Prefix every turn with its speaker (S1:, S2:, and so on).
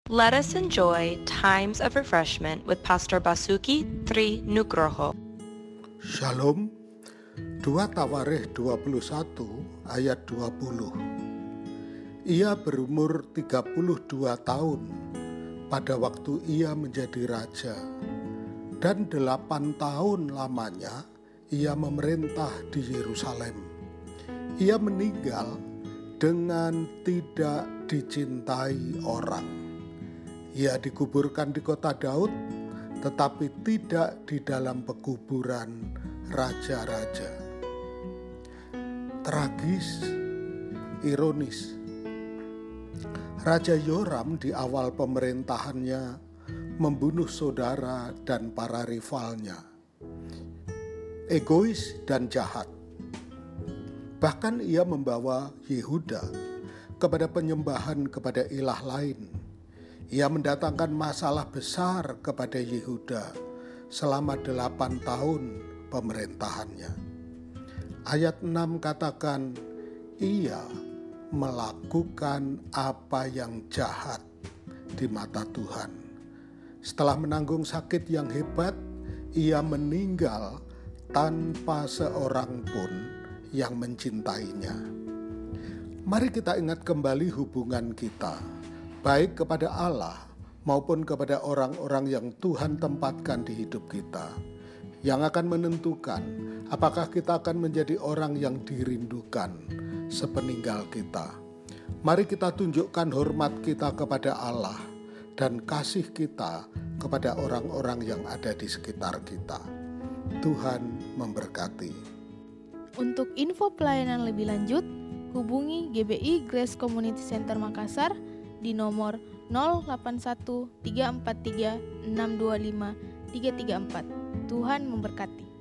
S1: Let us enjoy times of refreshment with Pastor Basuki Tri Nugroho.
S2: Shalom. 2 Tawarikh 21 ayat 20. Ia berumur 32 tahun pada waktu ia menjadi raja, dan 8 tahun lamanya ia memerintah di Yerusalem. Ia meninggal dengan tidak dicintai orang. Ia dikuburkan di kota Daud, tetapi tidak di dalam pekuburan raja-raja. Tragis, ironis. Raja Yoram di awal pemerintahannya membunuh saudara dan para rivalnya. Egois dan jahat. Bahkan ia membawa Yehuda kepada penyembahan kepada ilah lain. Ia mendatangkan masalah besar kepada Yehuda selama 8 tahun pemerintahannya. Ayat 6 katakan, ia melakukan apa yang jahat di mata Tuhan. Setelah menanggung sakit yang hebat, ia meninggal tanpa seorang pun yang mencintainya. Mari kita ingat kembali hubungan kita, baik kepada Allah maupun kepada orang-orang yang Tuhan tempatkan di hidup kita, yang akan menentukan apakah kita akan menjadi orang yang dirindukan sepeninggal kita. Mari kita tunjukkan hormat kita kepada Allah dan kasih kita kepada orang-orang yang ada di sekitar kita. Tuhan memberkati.
S3: Untuk info pelayanan lebih lanjut, hubungi GBI Grace Community Center Makassar di nomor 081 343 625 334. Tuhan memberkati.